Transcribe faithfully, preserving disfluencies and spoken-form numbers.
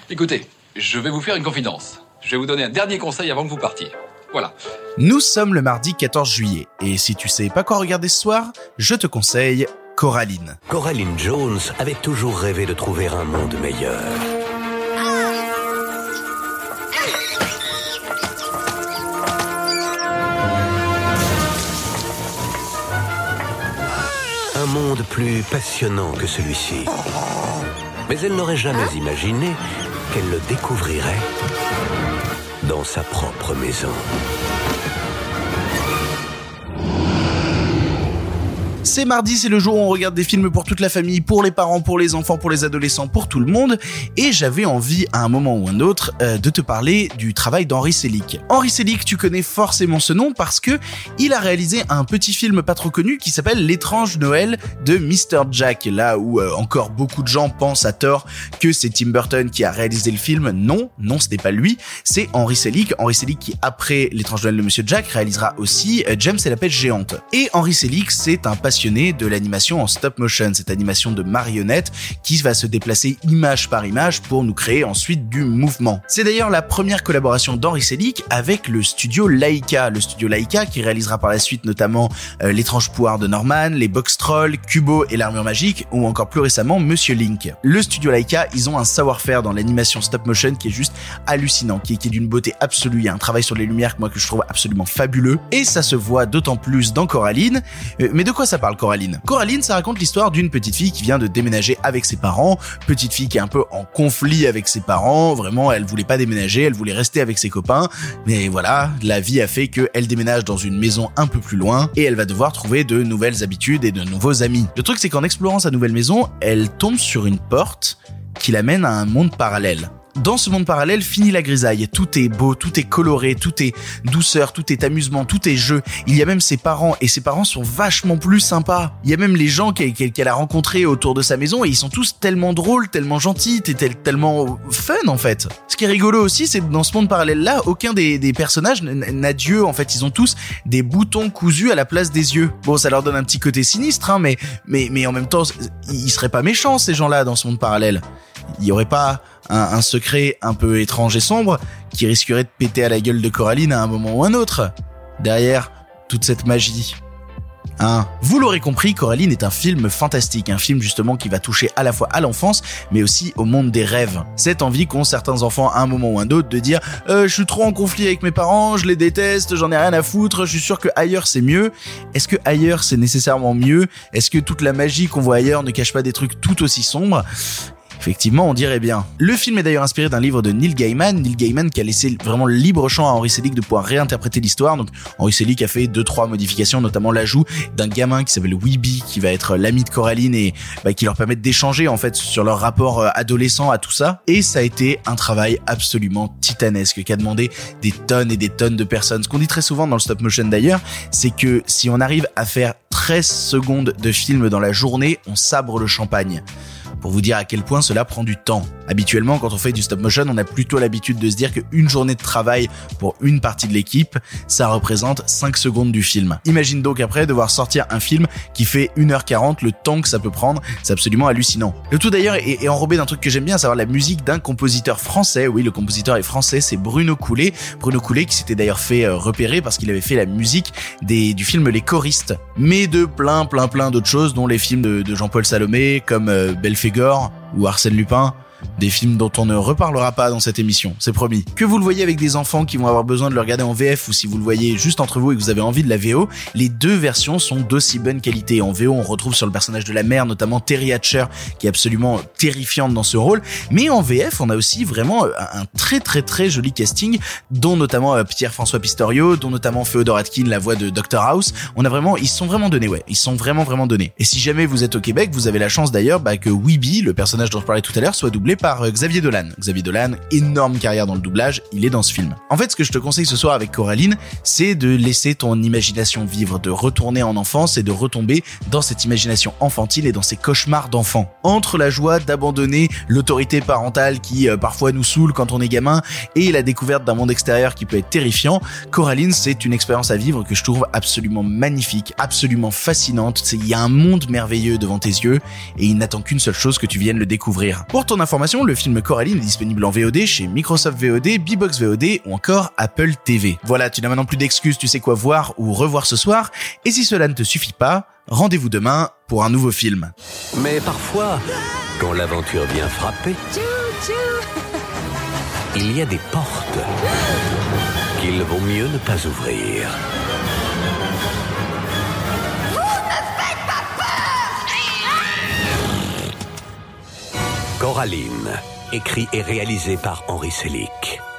Écoutez, je vais vous faire une confidence. Je vais vous donner un dernier conseil avant que vous partiez. Voilà. Nous sommes le mardi quatorze juillet, et si tu sais pas quoi regarder ce soir, je te conseille Coraline. Coraline Jones avait toujours rêvé de trouver un monde meilleur. Un monde plus passionnant que celui-ci. Mais elle n'aurait jamais imaginé qu'elle le découvrirait dans sa propre maison. C'est mardi, c'est le jour où on regarde des films pour toute la famille, pour les parents, pour les enfants, pour les adolescents, pour tout le monde. Et j'avais envie, à un moment ou un autre, euh, de te parler du travail d'Henry Selick. Henry Selick, tu connais forcément ce nom parce que il a réalisé un petit film pas trop connu qui s'appelle L'étrange Noël de mister Jack. Là où euh, encore beaucoup de gens pensent à tort que c'est Tim Burton qui a réalisé le film. Non, non, ce n'est pas lui. C'est Henry Selick. Henry Selick qui, après L'étrange Noël de monsieur Jack, réalisera aussi euh, James et la pêche géante. Et Henry Selick, c'est un passionné de l'animation en stop motion, cette animation de marionnettes qui va se déplacer image par image pour nous créer ensuite du mouvement. C'est d'ailleurs la première collaboration d'Henry Selick avec le studio Laika, le studio Laika qui réalisera par la suite notamment euh, L'étrange pouvoir de Norman, les Box Trolls, Kubo et l'armure magique ou encore plus récemment Monsieur Link. Le studio Laika, ils ont un savoir-faire dans l'animation stop motion qui est juste hallucinant, qui est, qui est d'une beauté absolue. Il y a un travail sur les lumières que moi que je trouve absolument fabuleux et ça se voit d'autant plus dans Coraline. Euh, mais de quoi ça parle Coraline. Coraline, ça raconte l'histoire d'une petite fille qui vient de déménager avec ses parents, petite fille qui est un peu en conflit avec ses parents, vraiment elle voulait pas déménager, elle voulait rester avec ses copains, mais voilà, la vie a fait qu'elle déménage dans une maison un peu plus loin et elle va devoir trouver de nouvelles habitudes et de nouveaux amis. Le truc c'est qu'en explorant sa nouvelle maison, elle tombe sur une porte qui l'amène à un monde parallèle. Dans ce monde parallèle, finit la grisaille. Tout est beau, tout est coloré, tout est douceur, tout est amusement, tout est jeu. Il y a même ses parents, et ses parents sont vachement plus sympas. Il y a même les gens qu'elle a rencontrés autour de sa maison, et ils sont tous tellement drôles, tellement gentils, tellement fun en fait. Ce qui est rigolo aussi, c'est que dans ce monde parallèle-là, aucun des, des personnages n'a d'yeux. En fait, ils ont tous des boutons cousus à la place des yeux. Bon, ça leur donne un petit côté sinistre, hein, mais, mais, mais en même temps, ils seraient pas méchants ces gens-là dans ce monde parallèle. Il y aurait pas un, un secret un peu étrange et sombre qui risquerait de péter à la gueule de Coraline à un moment ou un autre. Derrière toute cette magie. Hein. Vous l'aurez compris, Coraline est un film fantastique, un film justement qui va toucher à la fois à l'enfance, mais aussi au monde des rêves. Cette envie qu'ont certains enfants à un moment ou un autre de dire euh, « je suis trop en conflit avec mes parents, je les déteste, j'en ai rien à foutre, je suis sûr que ailleurs c'est mieux ». Est-ce que ailleurs c'est nécessairement mieux ? Est-ce que toute la magie qu'on voit ailleurs ne cache pas des trucs tout aussi sombres ? Effectivement, on dirait bien. Le film est d'ailleurs inspiré d'un livre de Neil Gaiman, Neil Gaiman qui a laissé vraiment libre champ à Henry Selick de pouvoir réinterpréter l'histoire. Donc Henry Selick a fait deux trois modifications, notamment l'ajout d'un gamin qui s'appelle Weeby, qui va être l'ami de Coraline et bah, qui leur permet d'échanger en fait sur leur rapport euh, adolescent à tout ça. Et ça a été un travail absolument titanesque qui a demandé des tonnes et des tonnes de personnes. Ce qu'on dit très souvent dans le stop motion d'ailleurs, c'est que si on arrive à faire treize secondes de film dans la journée, on sabre le champagne. Pour vous dire à quel point cela prend du temps. Habituellement, quand on fait du stop motion, on a plutôt l'habitude de se dire qu'une journée de travail pour une partie de l'équipe, ça représente cinq secondes du film. Imagine donc après devoir sortir un film qui fait une heure quarante, le temps que ça peut prendre, c'est absolument hallucinant. Le tout d'ailleurs est, est enrobé d'un truc que j'aime bien, à savoir la musique d'un compositeur français. Oui, le compositeur est français, c'est Bruno Coulet. Bruno Coulet qui s'était d'ailleurs fait euh, repérer parce qu'il avait fait la musique des, du film Les Choristes, mais de plein plein plein d'autres choses, dont les films de, de Jean-Paul Salomé, comme euh, Belphégor ou Arsène Lupin, des films dont on ne reparlera pas dans cette émission, c'est promis. Que vous le voyez avec des enfants qui vont avoir besoin de le regarder en V F ou si vous le voyez juste entre vous et que vous avez envie de la V O, les deux versions sont d'aussi bonne qualité. En V O, on retrouve sur le personnage de la mère, notamment Terry Hatcher, qui est absolument terrifiante dans ce rôle, mais en V F, on a aussi vraiment un très très très joli casting, dont notamment Pierre-François Pistorio, dont notamment Féodor Atkin, la voix de docteur House. On a vraiment, ils sont vraiment donnés, ouais, ils sont vraiment vraiment donnés. Et si jamais vous êtes au Québec, vous avez la chance d'ailleurs bah, que Weeby, le personnage dont je parlais tout à l'heure, soit doublé par Xavier Dolan. Xavier Dolan, énorme carrière dans le doublage, il est dans ce film. En fait, ce que je te conseille ce soir avec Coraline, c'est de laisser ton imagination vivre, de retourner en enfance et de retomber dans cette imagination enfantine et dans ces cauchemars d'enfants. Entre la joie d'abandonner l'autorité parentale qui euh, parfois nous saoule quand on est gamin et la découverte d'un monde extérieur qui peut être terrifiant, Coraline, c'est une expérience à vivre que je trouve absolument magnifique, absolument fascinante. Il y a un monde merveilleux devant tes yeux et il n'attend qu'une seule chose, que tu viennes le découvrir. Pour ton information, information, le film Coraline est disponible en V O D chez Microsoft V O D, B-Box V O D ou encore Apple T V. Voilà, tu n'as maintenant plus d'excuses, tu sais quoi voir ou revoir ce soir. Et si cela ne te suffit pas, rendez-vous demain pour un nouveau film. Mais parfois, quand l'aventure vient frapper, il y a des portes qu'il vaut mieux ne pas ouvrir. Coraline, écrit et réalisé par Henri Selick.